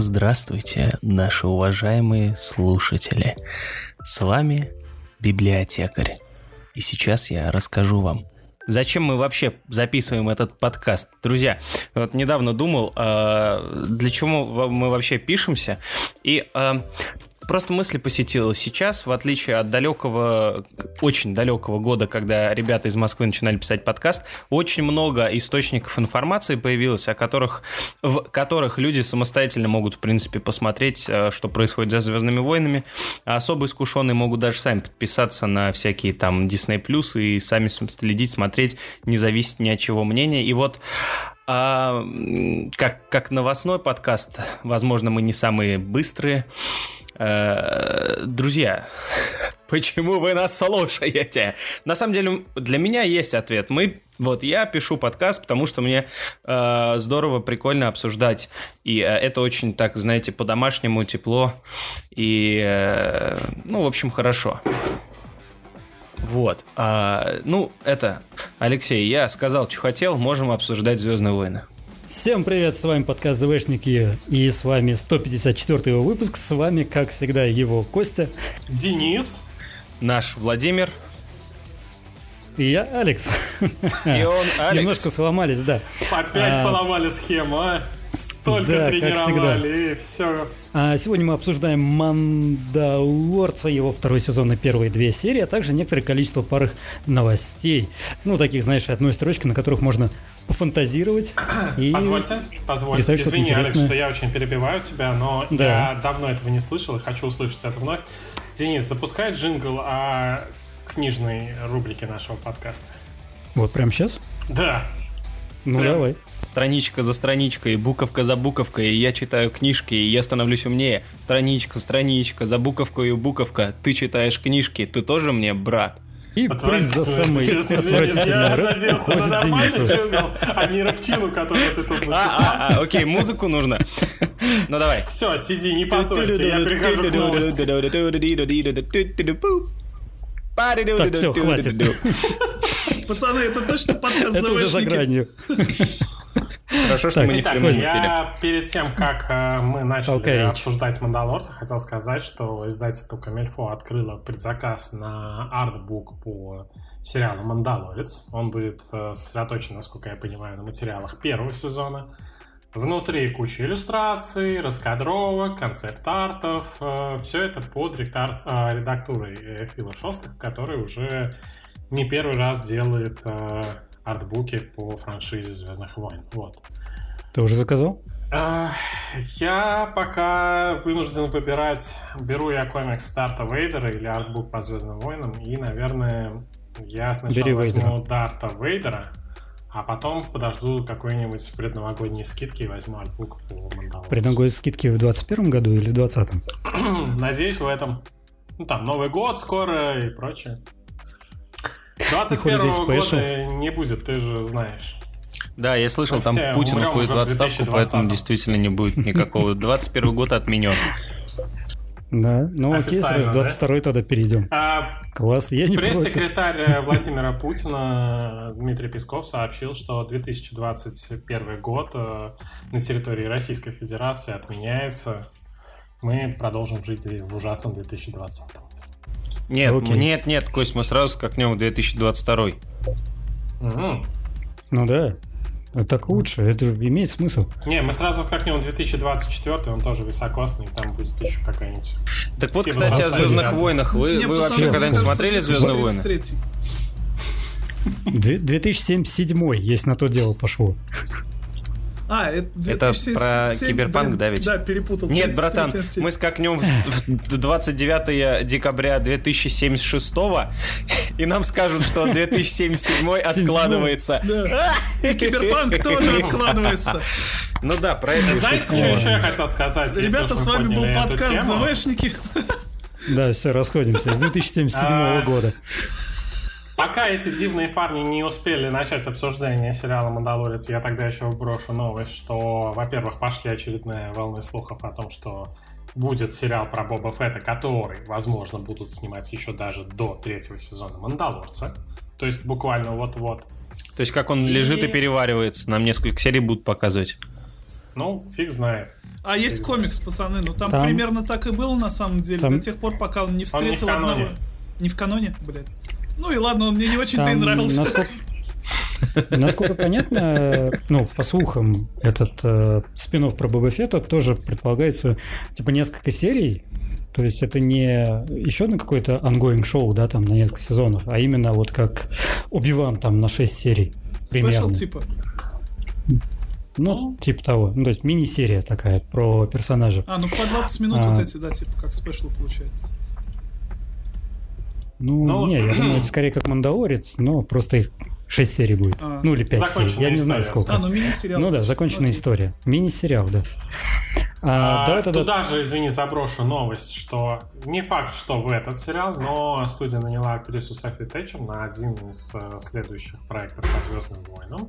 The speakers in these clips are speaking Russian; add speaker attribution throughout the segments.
Speaker 1: Здравствуйте, наши уважаемые слушатели. С вами библиотекарь. И сейчас я расскажу вам, зачем мы вообще записываем этот подкаст. Друзья, вот недавно думал, для чего мы вообще пишемся. И просто мысль посетила. Сейчас, в отличие от далекого, очень далекого года, когда ребята из Москвы начинали писать подкаст, очень много источников информации появилось, в которых люди самостоятельно могут, в принципе, посмотреть, что происходит за «Звездными войнами». А особо искушенные могут даже сами подписаться на всякие там Disney+, и сами следить, смотреть, не зависит ни от чего мнения. И вот как новостной подкаст, возможно, мы не самые быстрые. Друзья, почему вы нас слушаете? На самом деле, для меня есть ответ. Я пишу подкаст, потому что мне здорово, прикольно обсуждать. И это очень, так, знаете, по-домашнему, тепло. И, в общем, хорошо. Вот. Алексей, я сказал, что хотел, можем обсуждать «Звездные войны».
Speaker 2: Всем привет, с вами подкаст ЗВшники, и с вами 154 выпуск, с вами, как всегда, его Костя,
Speaker 3: Денис,
Speaker 1: наш Владимир,
Speaker 2: и я, Алекс.
Speaker 1: И он, Алекс.
Speaker 2: Немножко сломались, да.
Speaker 3: Опять поломали схему, Столько тренировали, и все.
Speaker 2: Сегодня мы обсуждаем «Мандалорца», его второй сезон и первые две серии, а также некоторое количество парных новостей. Таких, знаешь, одной строчки, на которых можно пофантазировать.
Speaker 3: Позвольте, извини, Алекс, что я очень перебиваю тебя, но я давно этого не слышал и хочу услышать это вновь. Денис, запускай джингл о книжной рубрике нашего подкаста.
Speaker 2: Вот прямо сейчас?
Speaker 3: Да.
Speaker 2: Давай.
Speaker 1: Страничка за страничкой, буковка за буковкой, и я читаю книжки, и я становлюсь умнее. Страничка за буковкой и буковка, ты читаешь книжки, ты тоже мне брат.
Speaker 2: И приз за самый отвратительный рэп уходит Денису.
Speaker 3: А не рэпчину, которую ты тут зачитал.
Speaker 1: Окей, музыку нужно. Ну давай.
Speaker 3: Все, сиди, не позорься, я прихожу к новости.
Speaker 2: Так, все, хватит.
Speaker 4: Пацаны, это точно подкаст
Speaker 2: Это уже за гранью.
Speaker 1: Хорошо, что мы не в прямом эфире.
Speaker 3: Я перед тем, как мы начали обсуждать «Мандалорца», хотел сказать, что издательство Комильфо открыло предзаказ на артбук по сериалу «Мандалорец». Он будет сосредоточен, насколько я понимаю, на материалах первого сезона. Внутри куча иллюстраций, раскадровок, концепт-артов. Все это под редактурой Фила Шостака, который уже не первый раз делает артбуки по франшизе «Звездных войн». Вот.
Speaker 2: Ты уже заказал?
Speaker 3: Я пока вынужден выбирать, беру я комикс Дарта Вейдера или артбук по «Звездным войнам», и, наверное, я сначала возьму Дарта Вейдера, а потом подожду какой-нибудь предновогодней скидки и возьму артбук по «Мандалорцу».
Speaker 2: Предновогодней скидки в 2021 году или в 2020?
Speaker 3: Надеюсь, в этом. Там Новый год скоро и прочее. 21 года не будет, ты же знаешь.
Speaker 1: Да, я слышал, там Путин уходит в отставку, поэтому действительно не будет никакого. 21 год отменен.
Speaker 2: Да, окей, сразу 22-й тогда перейдем. Класс, я не против.
Speaker 3: Пресс-секретарь Владимира Путина Дмитрий Песков сообщил, что 2021 год на территории Российской Федерации отменяется. Мы продолжим жить в ужасном 2020. Нет,
Speaker 1: Кость, мы сразу скакнем в 2022.
Speaker 2: Ну да, так лучше, это имеет смысл.
Speaker 3: Не, мы сразу скакнем в 2024, он тоже високосный, там будет еще какая-нибудь...
Speaker 1: Так вот, кстати, о «Звездных войнах». Вы вообще когда-нибудь смотрели «Звездные войны»?
Speaker 2: 2077 есть на то дело пошло.
Speaker 1: Это про киберпанк, да, ведь?
Speaker 4: Да, перепутал.
Speaker 1: Нет, братан, мы скакнем в 29 декабря 2076, и нам скажут, что 2077 откладывается.
Speaker 4: И киберпанк тоже откладывается.
Speaker 1: Ну да, про это.
Speaker 3: Знаете, что еще я хотел сказать?
Speaker 4: Ребята, с вами был подкаст ЗВшники.
Speaker 2: Да, все, расходимся. С 2077 года.
Speaker 3: Пока эти дивные парни не успели начать обсуждение сериала «Мандалорец», я тогда еще брошу новость, что, во-первых, пошли очередные волны слухов о том, что будет сериал про Боба Фетта, который, возможно, будут снимать еще даже до третьего сезона «Мандалорца». То есть буквально вот-вот.
Speaker 1: То есть как он лежит и переваривается, нам несколько серий будут показывать.
Speaker 3: Ну, фиг знает.
Speaker 4: А есть комикс, пацаны, ну там примерно так и было на самом деле, до тех пор, пока он не встретил одного... Не в каноне, блядь. Ну и ладно, он мне не очень-то и нравился.
Speaker 2: Насколько понятно, ну, по слухам, этот спин-офф про Боба Фетта тоже предполагается, типа, несколько серий. То есть это не еще одно какое-то ongoing шоу, да, там на несколько сезонов, а именно вот как Оби-Ван там на 6 серий. Примерно.
Speaker 4: Спешл типа?
Speaker 2: Ну, типа того. Ну, то есть мини-серия такая про персонажа.
Speaker 4: Ну по 20 минут вот эти, да, типа как спешл получается.
Speaker 2: Ну, не, я думаю, это скорее как Мандалорец, но просто их 6 серий будет. Ну, или 5 серий. Я не знаю, сколько.
Speaker 4: Ну, мини-сериал.
Speaker 2: Ну да, законченная история. Мини-сериал, да.
Speaker 3: Туда же, извини, заброшу новость, что не факт, что в этот сериал, но студия наняла актрису Софи Тэтчер на один из следующих проектов по «Звездным войнам».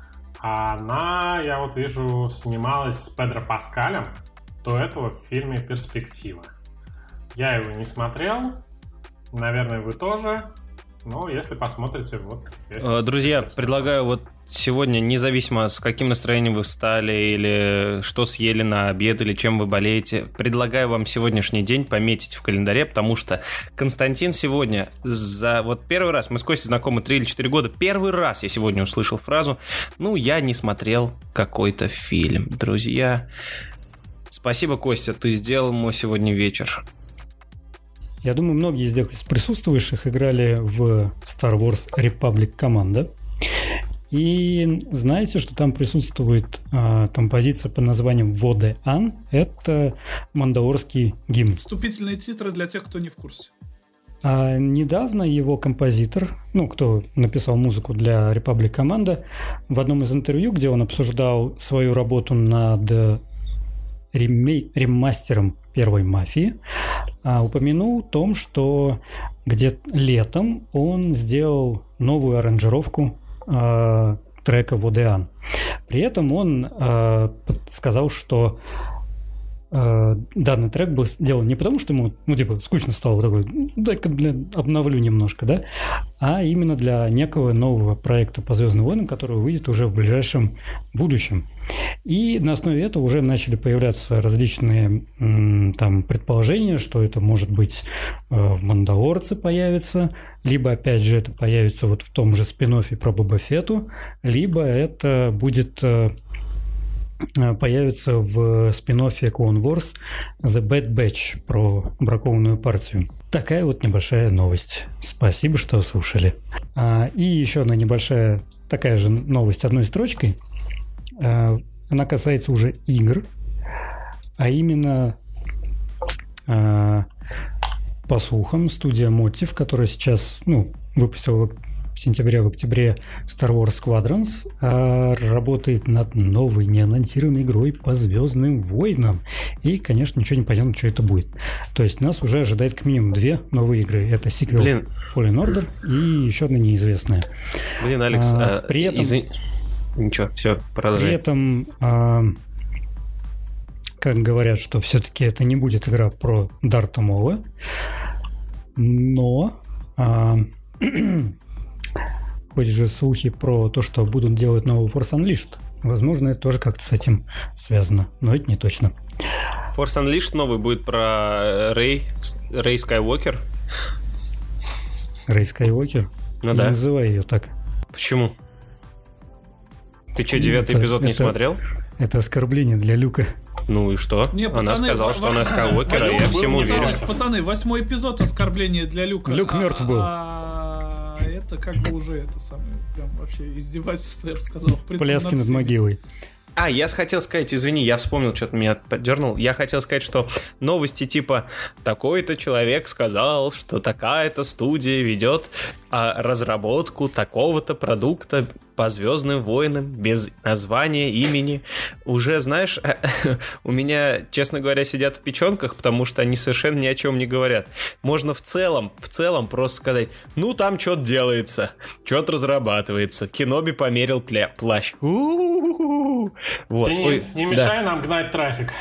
Speaker 3: Она, я вот вижу, снималась с Педро Паскалем до этого в фильме «Перспектива». Я его не смотрел, наверное, вы тоже. Ну, если посмотрите, вот...
Speaker 1: Друзья, предлагаю вот сегодня, независимо с каким настроением вы встали, или что съели на обед, или чем вы болеете, предлагаю вам сегодняшний день пометить в календаре, потому что Константин сегодня вот первый раз, мы с Костей знакомы 3 или 4 года, первый раз я сегодня услышал фразу: ну, я не смотрел какой-то фильм. Друзья, спасибо, Костя, ты сделал мой сегодня вечер.
Speaker 2: Я думаю, многие из присутствующих играли в Star Wars Republic Command. И знаете, что там присутствует композиция под названием «Водеан». Это мандалорский гимн.
Speaker 4: Вступительные титры для тех, кто не в курсе.
Speaker 2: Недавно его композитор, кто написал музыку для Republic Command, в одном из интервью, где он обсуждал свою работу над ремастером первой «Мафии», упомянул о том, что где-то летом он сделал новую аранжировку трека «Водеан». При этом он сказал, что данный трек был сделан не потому, что ему, скучно стало, такой, дай-ка обновлю немножко, да, а именно для некого нового проекта по «Звездным войнам», который выйдет уже в ближайшем будущем. И на основе этого уже начали появляться различные там предположения, что это может быть в «Мандалорце» появится, либо, опять же, это появится вот в том же спин-оффе про Боба Фетту, либо это будет... появится в спин-оффе Clone Wars The Bad Batch про бракованную партию. Такая вот небольшая новость. Спасибо, что слушали. И еще одна небольшая такая же новость одной строчкой. Она касается уже игр, а именно по слухам студия Motive, которая сейчас выпустила в сентябре, в октябре Star Wars Squadrons, работает над новой неанонсированной игрой по «Звездным войнам». И, конечно, ничего не понятно, что это будет. То есть нас уже ожидает как минимум 2 новые игры. Это сиквел Fallen Order и еще одна неизвестная.
Speaker 1: Алекс,
Speaker 2: при этом...
Speaker 1: Ничего, все, продолжай.
Speaker 2: При этом, как говорят, что все-таки это не будет игра про Дарта Мола, но... Хоть же слухи про то, что будут делать новый Force Unleashed. Возможно, это тоже как-то с этим связано, но это не точно.
Speaker 1: Force Unleashed новый будет про Рей Скайуокер.
Speaker 2: Рей Скайуокер?
Speaker 1: Ну да.
Speaker 2: Не называй ее так.
Speaker 1: Почему? Ты что, 9-й эпизод не смотрел?
Speaker 2: Это оскорбление для Люка.
Speaker 1: Ну и что?
Speaker 4: Не, пацаны,
Speaker 1: она сказала, что она Скайуокер, а я всему верю.
Speaker 4: Пацаны, 8-й эпизод оскорбление для Люка.
Speaker 2: Люк мертв был.
Speaker 4: Это как бы уже это самое, прям вообще издевательство, я бы сказал.
Speaker 2: Пляски над могилой.
Speaker 1: Я хотел сказать, извини, я вспомнил, что-то меня поддернул. Я хотел сказать, что новости типа «такой-то человек сказал, что такая-то студия ведет разработку такого-то продукта по «Звездным войнам» без названия, имени». Уже, знаешь, у меня, честно говоря, сидят в печенках, потому что они совершенно ни о чем не говорят. Можно в целом просто сказать: ну, там что-то делается, что-то разрабатывается. Кеноби померил плащ.
Speaker 3: Вот. Денис, не мешай нам гнать трафик.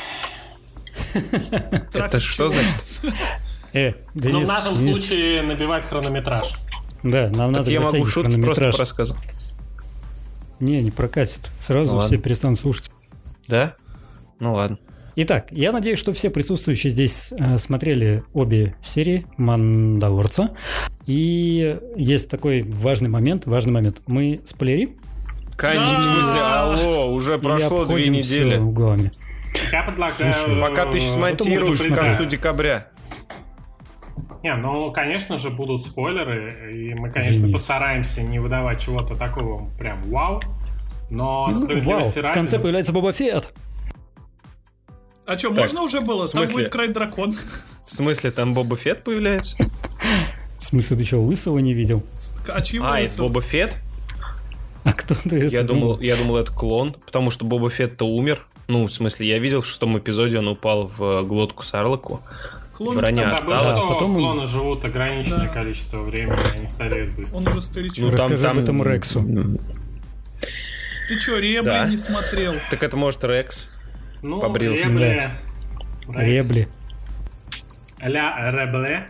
Speaker 1: Это что значит?
Speaker 3: Ну, в нашем случае набивать хронометраж.
Speaker 2: Да, нам надо
Speaker 1: я могу шутки просто рассказывать.
Speaker 2: Не прокатит. Сразу все перестанут слушать.
Speaker 1: Да? Ну ладно.
Speaker 2: Итак, я надеюсь, что все присутствующие здесь смотрели обе серии «Мандалорца». И есть такой важный момент. Мы спойлерим?
Speaker 1: Конечно, в смысле, алло, уже прошло 2 недели.
Speaker 2: Углами.
Speaker 3: Я предлагаю...
Speaker 1: Пока ты смонтируешь к концу декабря.
Speaker 3: Не, ну, конечно же, будут спойлеры, и мы, конечно, постараемся не выдавать чего-то такого прям вау, но справедливости ради...
Speaker 2: В конце появляется Боба Фетт.
Speaker 4: А что, можно уже было? Там будет Край-дракон.
Speaker 1: В смысле, там Боба Фетт появляется?
Speaker 2: В смысле, ты что, Лысого не видел?
Speaker 4: А чьего Лысого?
Speaker 1: Это Боба Фетт?
Speaker 2: А кто ты это
Speaker 1: думал, это клон, потому что Боба Фетт-то умер. Ну, в смысле, я видел в 6-м эпизоде, он упал в глотку Сарлоку. Броня осталась.
Speaker 3: Потом клоны живут ограниченное количество времени, они стареют быстро.
Speaker 4: Он уже старичок.
Speaker 2: Расскажи об этом Рексу.
Speaker 4: Ты что, Ребли не смотрел?
Speaker 1: Так это может Рекс.
Speaker 3: Ну,
Speaker 1: побрился.
Speaker 2: Ребли.
Speaker 3: Ля Ребле.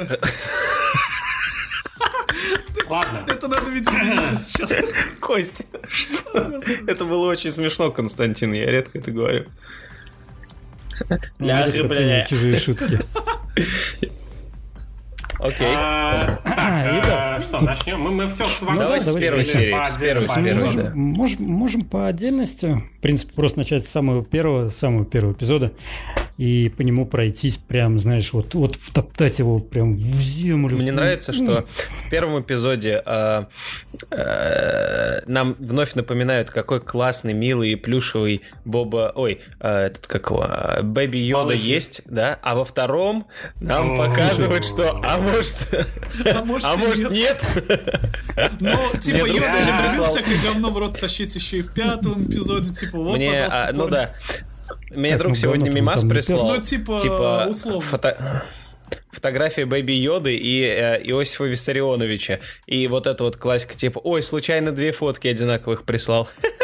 Speaker 3: Ладно.
Speaker 4: Это надо видеть сейчас.
Speaker 1: Кость, что? Это было очень смешно, Константин, я редко это говорю.
Speaker 2: Ля Ребле. Чужие шутки.
Speaker 1: Окей.
Speaker 3: Что, начнем? Мы все в
Speaker 1: Давайте с первой серии.
Speaker 2: Можем по отдельности. В принципе, просто начать с самого первого эпизода и по нему пройтись прям, знаешь, вот втоптать его прям в землю.
Speaker 1: Мне нравится, что в первом эпизоде нам вновь напоминают, какой классный, милый и плюшевый Боба... Бэби Йода есть, да? А во втором нам показывают, что... А может нет?
Speaker 4: Ну, типа, Йода же прислал всякое говно в рот тащить еще и в 5-м эпизоде, типа, вот, пожалуйста.
Speaker 1: Ну да. Меня друг сегодня мемас прислал.
Speaker 4: Ну, типа условно.
Speaker 1: Фотография Бэби Йоды и Иосифа Виссарионовича. И вот эта вот классика, типа, ой, случайно 2 фотки одинаковых прислал.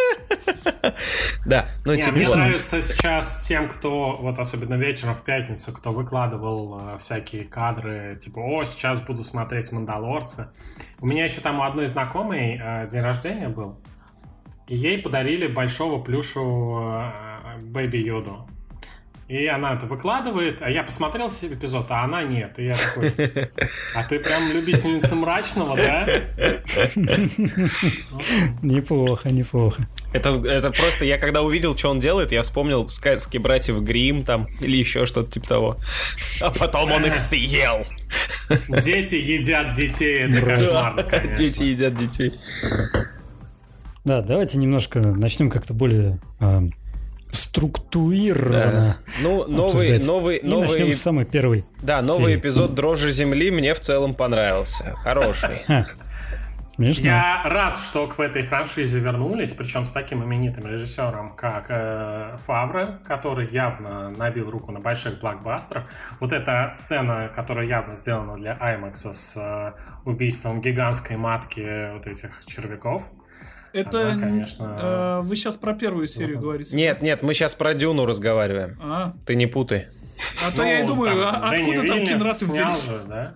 Speaker 1: Да, ну типа...
Speaker 3: Мне нравится сейчас тем, кто, вот особенно вечером в пятницу, кто выкладывал всякие кадры, типа, сейчас буду смотреть «Мандалорца». У меня еще там у одной знакомой день рождения был, и ей подарили большого плюшевого Бэби Йоду. И она это выкладывает, а я посмотрел эпизод, а она нет. И я такой, а ты прям любительница мрачного, да?
Speaker 2: Неплохо.
Speaker 1: Это просто, я когда увидел, что он делает, я вспомнил сказки братьев Гримм там, или еще что-то типа того. А потом он их съел.
Speaker 3: Дети едят детей, это кошмарно, конечно.
Speaker 1: Дети едят детей.
Speaker 2: Да, давайте немножко начнем как-то более... структурировано.
Speaker 1: Да. Ну, новый...
Speaker 2: начнем с самой первой.
Speaker 1: Да, новый серии. Эпизод «Дрожжи земли» мне в целом понравился. Хороший.
Speaker 2: Смешно.
Speaker 3: Я рад, что к этой франшизе вернулись, причем с таким именитым режиссером, как Фавре, который явно набил руку на больших блокбастерах. Вот эта сцена, которая явно сделана для IMAX с убийством гигантской матки вот этих червяков.
Speaker 4: Это,
Speaker 3: она, конечно...
Speaker 4: вы сейчас про первую серию говорите?
Speaker 1: Нет, мы сейчас про Дюну разговариваем. Ты не путай.
Speaker 4: А то я и думаю, откуда там Кенраты взялись?
Speaker 3: Да?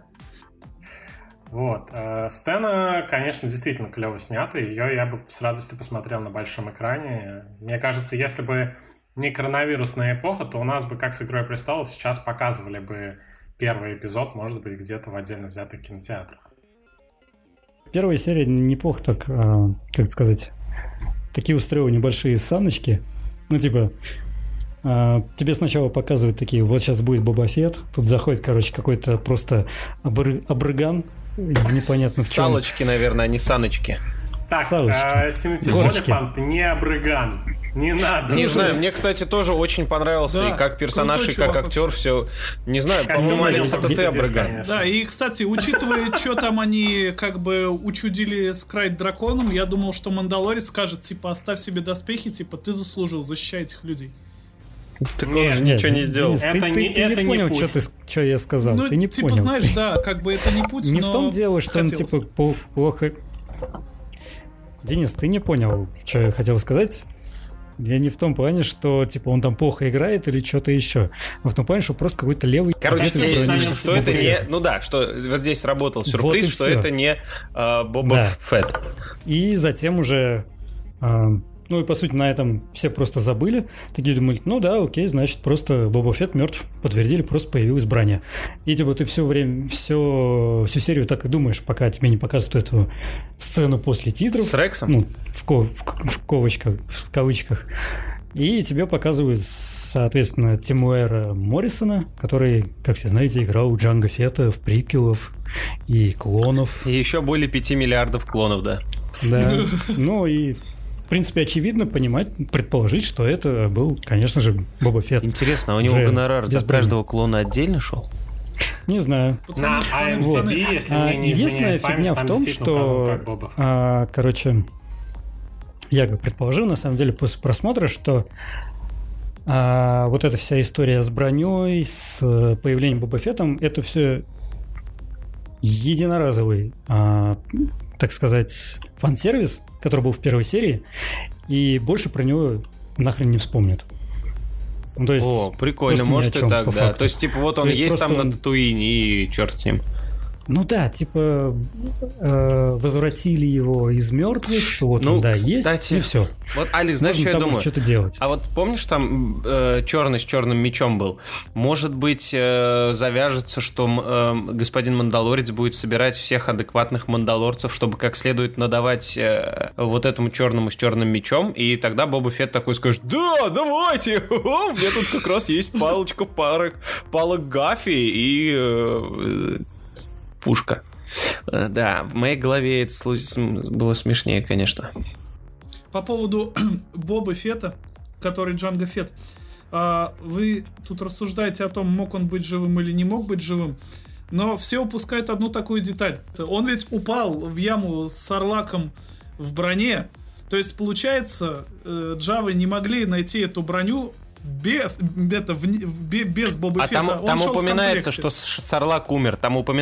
Speaker 3: Вот. Сцена, конечно, действительно клево снята. Ее я бы с радостью посмотрел на большом экране. Мне кажется, если бы не коронавирусная эпоха, то у нас бы, как с «Игрой престолов», сейчас показывали бы первый эпизод, может быть, где-то в отдельно взятых кинотеатрах.
Speaker 2: Первая серия неплохо так, как сказать, такие устроила небольшие саночки. Ну, типа, тебе сначала показывают такие, вот сейчас будет Боба Фетт, тут заходит, короче, какой-то просто абрыган, непонятно в чем.
Speaker 1: Салочки, наверное, а не саночки.
Speaker 3: Так, Тимоти Олифант не абрыган. Не надо.
Speaker 1: Не знаю, мне, кстати, тоже очень понравился. Да, и как персонаж, и как актер, вообще. Все. Не знаю, по-моему, Алекс, это ты абрыган.
Speaker 4: Да, и, кстати, учитывая, что там они как бы учудили с Крайт-драконом, я думал, что Мандалорец скажет, типа, оставь себе доспехи, типа, ты заслужил, защищай этих людей.
Speaker 1: Так он же ничего не сделал.
Speaker 2: Денис, ты не понял, что я сказал.
Speaker 4: Ну,
Speaker 2: ты не
Speaker 4: типа,
Speaker 2: понял.
Speaker 4: знаешь, да, как бы это не путь,
Speaker 2: не
Speaker 4: но
Speaker 2: в том дело, что он, типа, плохо... Денис, ты не понял, что я хотел сказать. Я не в том плане, что типа он там плохо играет или что-то еще, а в том плане, что просто какой-то левый...
Speaker 1: Короче, что это не... Ну да, что вот здесь работал сюрприз, вот что это не Боба Фетт.
Speaker 2: И затем уже Ну и по сути на этом все просто забыли. Такие думали, ну да, окей, значит просто Боба Фетт мертв. Подтвердили, просто появилась броня. И типа ты все время, всю серию так и думаешь, пока тебе не показывают эту сцену после титров.
Speaker 1: С Рексом?
Speaker 2: Ну, в кавычках. И тебе показывают, соответственно, Тимуэра Моррисона, который, как все знаете, играл Джанго Фетта в приквелов и клонов.
Speaker 1: И еще более 5 миллиардов клонов, да.
Speaker 2: Да, ну и... В принципе, очевидно предположить, что это был, конечно же, Боба Фетт.
Speaker 1: Интересно, а у него гонорар за каждого клона отдельно шел?
Speaker 2: Не знаю.
Speaker 3: На IMDb, если мне не изменяет память,
Speaker 2: фигня в том, что, короче, я как предположил, на самом деле, после просмотра, что вот эта вся история с броней, с появлением Боба Феттом, это все единоразовый, так сказать, фан-сервис, который был в первой серии, и больше про него нахрен не вспомнят. Ну, то есть,
Speaker 1: о, прикольно, может и так, да. То есть, типа, вот он есть там на Татуине, и черт с ним.
Speaker 2: Ну да, типа возвратили его из мертвых, что вот он, да,
Speaker 1: кстати,
Speaker 2: есть, и все.
Speaker 1: Вот, Алекс, знаешь, что я думаю?
Speaker 2: Что-то делать.
Speaker 1: А вот помнишь, там черный с черным мечом был? Может быть, завяжется, что господин Мандалорец будет собирать всех адекватных мандалорцев, чтобы как следует надавать вот этому черному с черным мечом, и тогда Боба Фетт такой скажет: да, давайте, у меня тут как раз есть палочка палок Гаффи и... пушка. Да, в моей голове это было смешнее, конечно.
Speaker 4: По поводу Боба Фетта, который Джанго Фетт, вы тут рассуждаете о том, мог он быть живым или не мог быть живым, но все упускают одну такую деталь. Он ведь упал в яму с Сарлаком в броне, то есть, получается, Джавы не могли найти эту броню без Боба Фетта.
Speaker 1: Там упоминается, что Сарлак умер.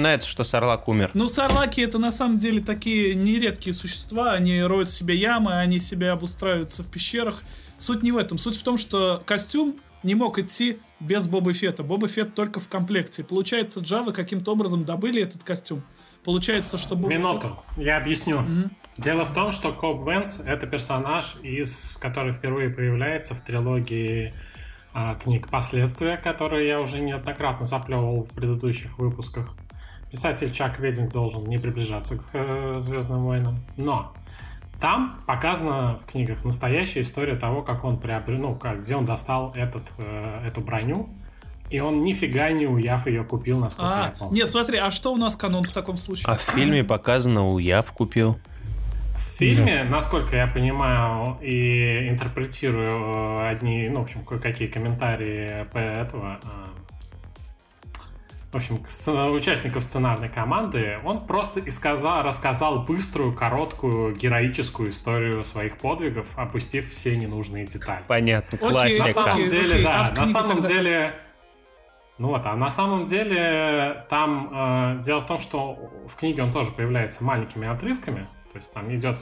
Speaker 1: Ну,
Speaker 4: Сарлаки — это на самом деле такие нередкие существа. Они роют себе ямы, они себя обустраиваются в пещерах. Суть не в этом. Суть в том, что костюм не мог идти без Боба Фетта. Боба Фетт только в комплекте. Получается, Джавы каким-то образом добыли этот костюм. Получается, что Боба
Speaker 3: Минуту,
Speaker 4: Фетт...
Speaker 3: я объясню. Дело в том, что Коб Вэнс — это персонаж, который впервые появляется в трилогии книг «Последствия», которые я уже неоднократно заплевывал в предыдущих выпусках. Писатель Чак Вединг должен не приближаться к «Звездным войнам». Но там показана в книгах настоящая история того, как он приобрел, где он достал эту броню. И он нифига не уяв ее купил, насколько я помню.
Speaker 4: Нет, смотри, а что у нас канон в таком случае?
Speaker 1: А в фильме показано, уяв купил.
Speaker 3: В фильме, насколько я понимаю и интерпретирую кое-какие комментарии участников сценарной команды, он просто рассказал быструю, короткую, героическую историю своих подвигов, опустив все ненужные детали.
Speaker 1: Понятно, классика.
Speaker 3: На самом деле, там дело в том, что в книге он тоже появляется маленькими отрывками. То есть там идет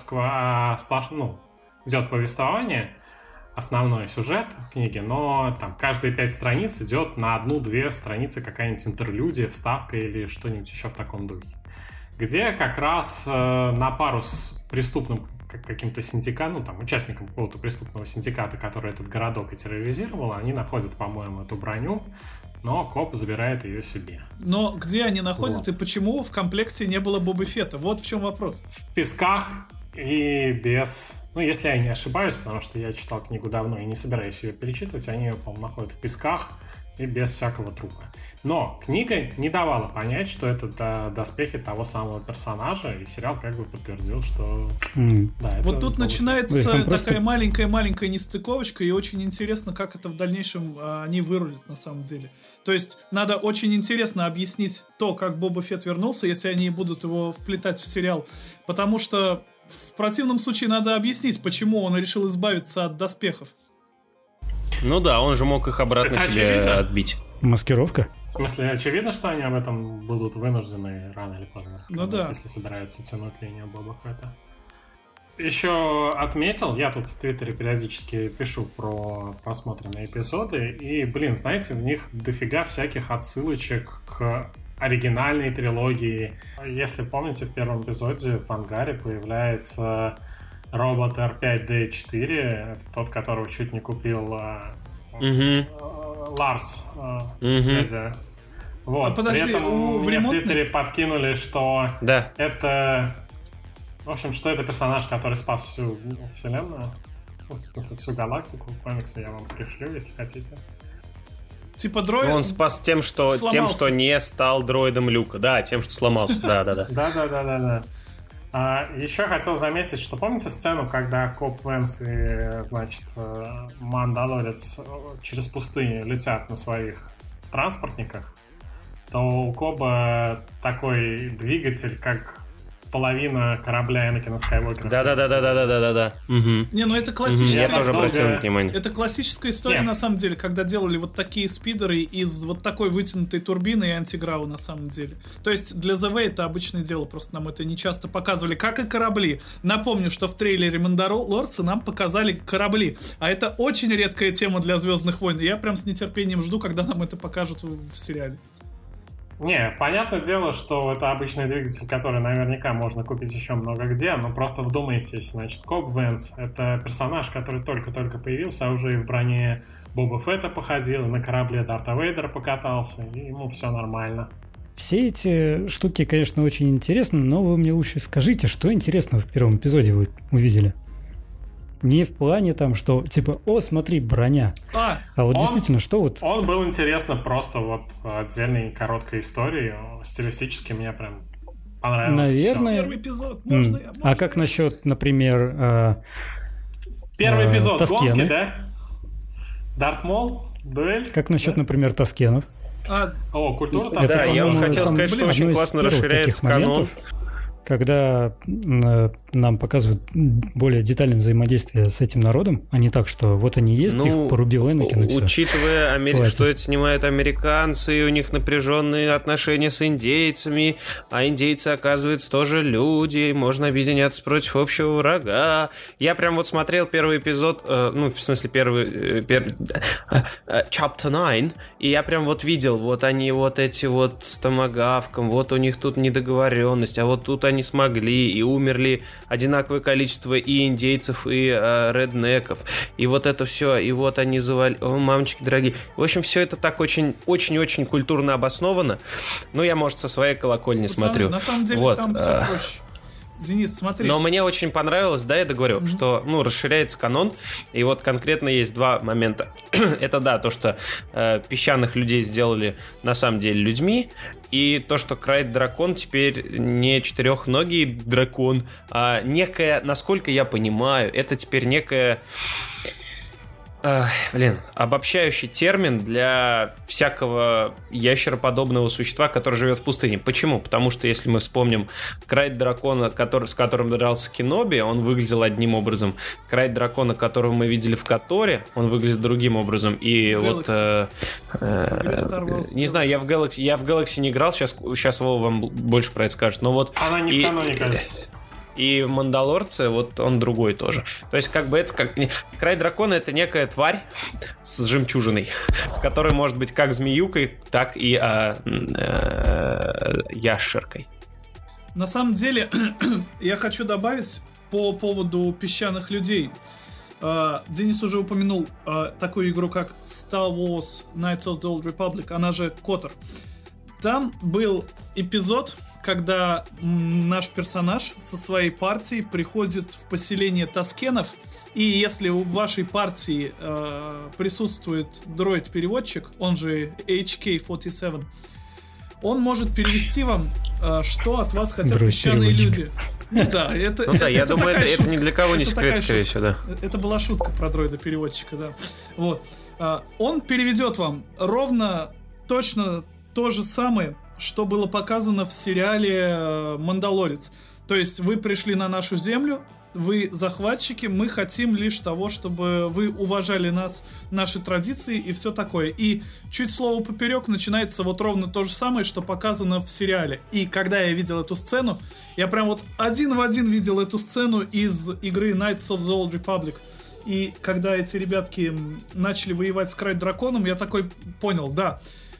Speaker 3: идет повествование, основной сюжет в книге, но там каждые 5 страниц идет на 1-2 страницы какая-нибудь интерлюдия, вставка или что-нибудь еще в таком духе. Где как раз на пару с преступным каким-то синдикатом, участником какого-то преступного синдиката, который этот городок и терроризировал, они находят, по-моему, эту броню, но коп забирает ее себе.
Speaker 4: Но где они находят и почему в комплекте не было Боба Фетта? Вот в чем вопрос.
Speaker 3: В песках и без... если я не ошибаюсь, потому что я читал книгу давно и не собираюсь ее перечитывать, они ее, по-моему, находят в песках и без всякого трупа. Но книга не давала понять, что это доспехи того самого персонажа, и сериал как бы подтвердил, что...
Speaker 4: Да, вот тут начинается такая маленькая нестыковочка, и очень интересно, как это в дальнейшем они вырулят на самом деле. То есть надо очень интересно объяснить то, как Боба Фетт вернулся, если они будут его вплетать в сериал, потому что в противном случае надо объяснить, почему он решил избавиться от доспехов.
Speaker 1: Ну да, он же мог их обратно себе отбить.
Speaker 2: Маскировка?
Speaker 3: В смысле, очевидно, что они об этом будут вынуждены рано или поздно рассказать, если собираются тянуть линию Боба Фетта. Еще отметил, я тут в Твиттере периодически пишу про просмотренные эпизоды, и, знаете, в них дофига всяких отсылочек к оригинальной трилогии. Если помните, в первом эпизоде в ангаре появляется робот R5-D4, это тот, которого чуть не купил Ларс, дядя. Вот.
Speaker 4: Подожди,
Speaker 3: при этом мне в Твиттере подкинули, что это... В общем, что это персонаж, который спас всю вселенную. В смысле, всю галактику. Комиксы я вам пришлю, если хотите.
Speaker 4: Типа дроид?
Speaker 1: Он спас тем, что не стал дроидом Люка. Да, тем, что сломался. Да.
Speaker 3: Да. Еще хотел заметить, что помните сцену, когда Коп Вэнс и, значит, Мандалорец через пустыню летят на своих транспортниках, то у Коба такой двигатель, как половина корабля Энакина Скайуокера.
Speaker 1: Да.
Speaker 4: Не, ну это классическая
Speaker 1: Я тоже обратил внимание.
Speaker 4: Это классическая история, на самом деле, когда делали вот такие спидеры из вот такой вытянутой турбины и антиграва, на самом деле. То есть для The Way это обычное дело, просто нам это не часто показывали, как и корабли. Напомню, что в трейлере Мандалорца нам показали корабли, а это очень редкая тема для Звездных войн. Я прям с нетерпением жду, когда нам это покажут в сериале.
Speaker 3: Не, понятное дело, что это обычный двигатель, который наверняка можно купить еще много где, но просто вдумайтесь, значит, Коб Вэнс — это персонаж, который только-только появился, а уже и в броне Боба Фетта походил, и на корабле Дарта Вейдера покатался, и ему все нормально.
Speaker 2: Все эти штуки, конечно, очень интересны, но вы мне лучше скажите, что интересного в первом эпизоде вы увидели? Не в плане там, что типа, о, смотри, броня. А вот действительно, что вот...
Speaker 3: Он был интересно просто вот отдельной короткой историей. Стилистически мне прям понравилось.
Speaker 2: Наверное.
Speaker 4: Первый эпизод, можно я?
Speaker 2: А как насчет, например...
Speaker 3: Первый эпизод
Speaker 2: Тоскены?
Speaker 3: гонки, да? Дарт Мол, дуэль.
Speaker 2: Как насчет, например, Тоскенов?
Speaker 3: Культура
Speaker 2: Тоскенов.
Speaker 1: Да, я вот хотел сказать, что очень классно расширяется канон.
Speaker 2: Когда нам показывают более детальное взаимодействие с этим народом, а не так, что вот они есть, их порубил Энакин и все.
Speaker 1: Учитывая, что это снимают американцы, и у них напряженные отношения с индейцами, а индейцы, оказывается, тоже люди, можно объединяться против общего врага. Я прям вот смотрел первый эпизод, в смысле первый Chapter 9, и я прям вот видел, вот они вот эти вот с томагавком, вот у них тут недоговоренность, а вот тут они смогли, и умерли одинаковое количество и индейцев, и реднеков, и вот это все, и вот они завали... О, мамочки дорогие. В общем, все это так очень-очень культурно обосновано. Ну, я, может, со своей колокольни смотрю.
Speaker 4: На самом деле,
Speaker 1: вот.
Speaker 4: Там все проще. Денис, смотри.
Speaker 1: Но мне очень понравилось, да, я договорю, что, расширяется канон, и вот конкретно есть два момента. Это, да, то, что песчаных людей сделали на самом деле людьми, и то, что Крайт-дракон теперь не четырехногий дракон, а некая, насколько я понимаю, это теперь некая... обобщающий термин для всякого ящероподобного существа, который живет в пустыне. Почему? Потому что, если мы вспомним Крайт-дракона, с которым дрался Кеноби, он выглядел одним образом. Крайт-дракона, которого мы видели в Которе, он выглядит другим образом. И вот... не знаю, я в Galaxy не играл, сейчас Вова вам больше про это скажет. Но вот...
Speaker 3: Она не в каноне, кажется.
Speaker 1: И в «Мандалорце» вот он другой тоже. То есть как бы это как... Край дракона — это некая тварь с жемчужиной, которая может быть как змеюкой, так и ящеркой.
Speaker 4: На самом деле, я хочу добавить по поводу песчаных людей. Денис уже упомянул такую игру, как Star Wars Knights of the Old Republic, она же KOTOR. Там был эпизод, когда наш персонаж со своей партией приходит в поселение Тоскенов, и если в вашей партии присутствует дроид-переводчик, он же HK-47, он может перевести вам, что от вас хотят песчаные люди. Да,
Speaker 1: я думаю, это ни для кого не секрет, скорее всего, да.
Speaker 4: Это была шутка про дроида-переводчика, да. Вот. Он переведет вам ровно точно то же самое, что было показано в сериале «Мандалорец». То есть вы пришли на нашу землю, вы захватчики, мы хотим лишь того, чтобы вы уважали нас, наши традиции и все такое. И чуть слово поперек начинается вот ровно то же самое, что показано в сериале. И когда я видел эту сцену, я прям вот один в один видел эту сцену из игры Knights of the Old Republic. И когда эти ребятки начали воевать с Крайт-драконом, я такой понял, да,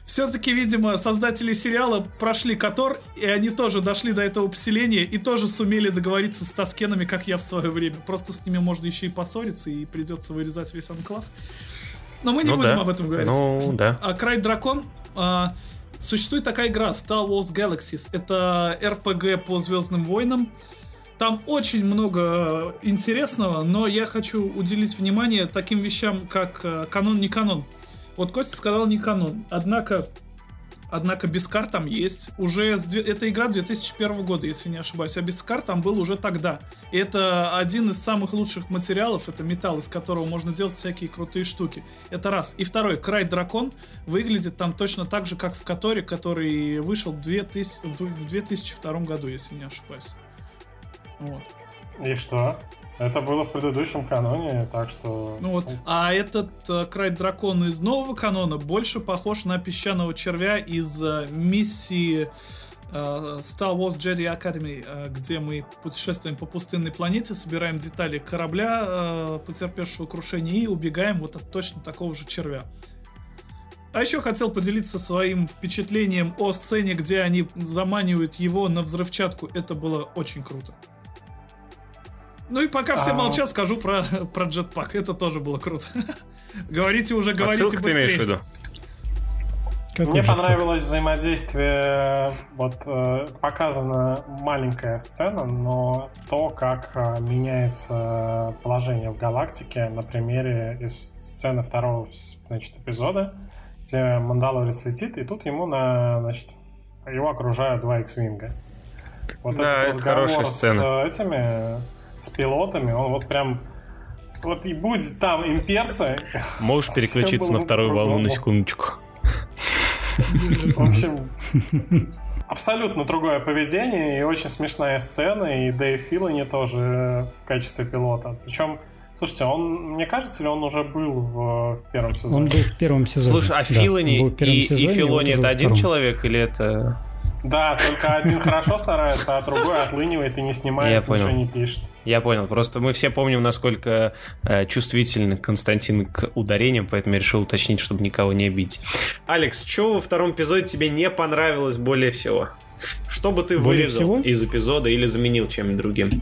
Speaker 4: все-таки, видимо, создатели сериала прошли Котор, и они тоже дошли до этого поселения и тоже сумели договориться с Таскенами, как я в свое время. Просто с ними можно еще и поссориться, и придется вырезать весь анклав. Но мы не будем об этом говорить. А Крайт Дракон... Существует такая игра Star Wars Galaxies. Это RPG по Звездным войнам. Там очень много интересного, но я хочу уделить внимание таким вещам, как канон, не канон. Вот Костя сказал не канон. Однако Бескар там есть. Это игра 2001 года, если не ошибаюсь. А Бескар там был уже тогда. И это один из самых лучших материалов. Это металл, из которого можно делать всякие крутые штуки. Это раз. И второй. Крайт Дракон выглядит там точно так же, как в Которе, который вышел в 2002 году, если не ошибаюсь. Вот.
Speaker 3: И что? Это было в предыдущем каноне, так что...
Speaker 4: Ну вот. А этот Крайт Дракон из нового канона больше похож на песчаного червя из миссии Star Wars Jedi Academy, где мы путешествуем по пустынной планете, собираем детали корабля, потерпевшего крушение, и убегаем вот от точно такого же червя. А еще хотел поделиться своим впечатлением о сцене, где они заманивают его на взрывчатку. Это было очень круто. Ну и пока все молчат, скажу про джетпак. Это тоже было круто. Говорите уже, говорите быстрее.
Speaker 1: Ты имеешь в виду?
Speaker 3: Мне понравилось взаимодействие. Вот показана маленькая сцена, но то, как меняется положение в галактике на примере из сцены второго, значит, эпизода, где Мандалорец летит, и тут ему его окружают два X-Wing. Вот
Speaker 1: да,
Speaker 3: этот разговор
Speaker 1: с
Speaker 3: с пилотами, он вот прям... Вот и будь там имперцы...
Speaker 1: Можешь переключиться на вторую волну на секундочку.
Speaker 3: В общем, абсолютно другое поведение и очень смешная сцена, и Дэйв Филони тоже в качестве пилота. Причем, слушайте, мне кажется, ли он уже был в первом сезоне?
Speaker 2: Он был в первом сезоне.
Speaker 1: Слушай, а Филони и Филони это один человек или это...
Speaker 3: Да, только один хорошо старается, а другой отлынивает и не снимает, ничего не пишет.
Speaker 1: Я понял. Просто мы все помним, насколько чувствителен Константин к ударениям, поэтому я решил уточнить, чтобы никого не обидеть. Алекс, что во втором эпизоде тебе не понравилось более всего? Что бы ты вырезал из эпизода или заменил чем-нибудь другим?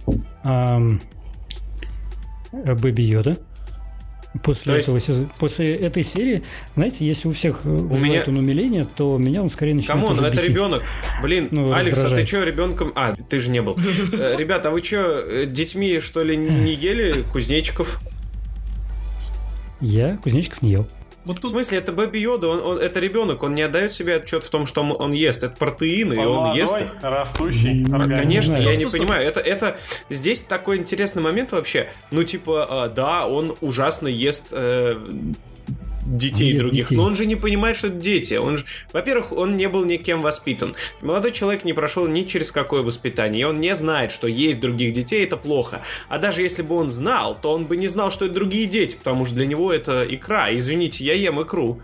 Speaker 2: Бэби Йода. После этой серии, знаете, если у всех вызывает он умиление, то меня он скорее начинает уже бесить.
Speaker 1: Это ребенок. Блин, Алекс, а ты что, ребенком... ты же не был. Ребята, а вы что, детьми, что ли, не ели кузнечиков?
Speaker 2: Я кузнечиков не ел.
Speaker 1: Вот тут... В смысле, это Бэби Йода, это ребенок, он не отдает себе отчет в том, что он ест. Это протеины, и он ест.
Speaker 3: Растущий организм.
Speaker 1: Конечно, я не понимаю. Это здесь такой интересный момент вообще. Ну, типа, да, он ужасно ест детей других, но он же не понимает, что это дети. Во-первых, он не был никем воспитан. Молодой человек не прошел ни через какое воспитание, и он не знает, что есть других детей, это плохо. А даже если бы он знал, то он бы не знал, что это другие дети, потому что для него это икра. Извините, я ем икру.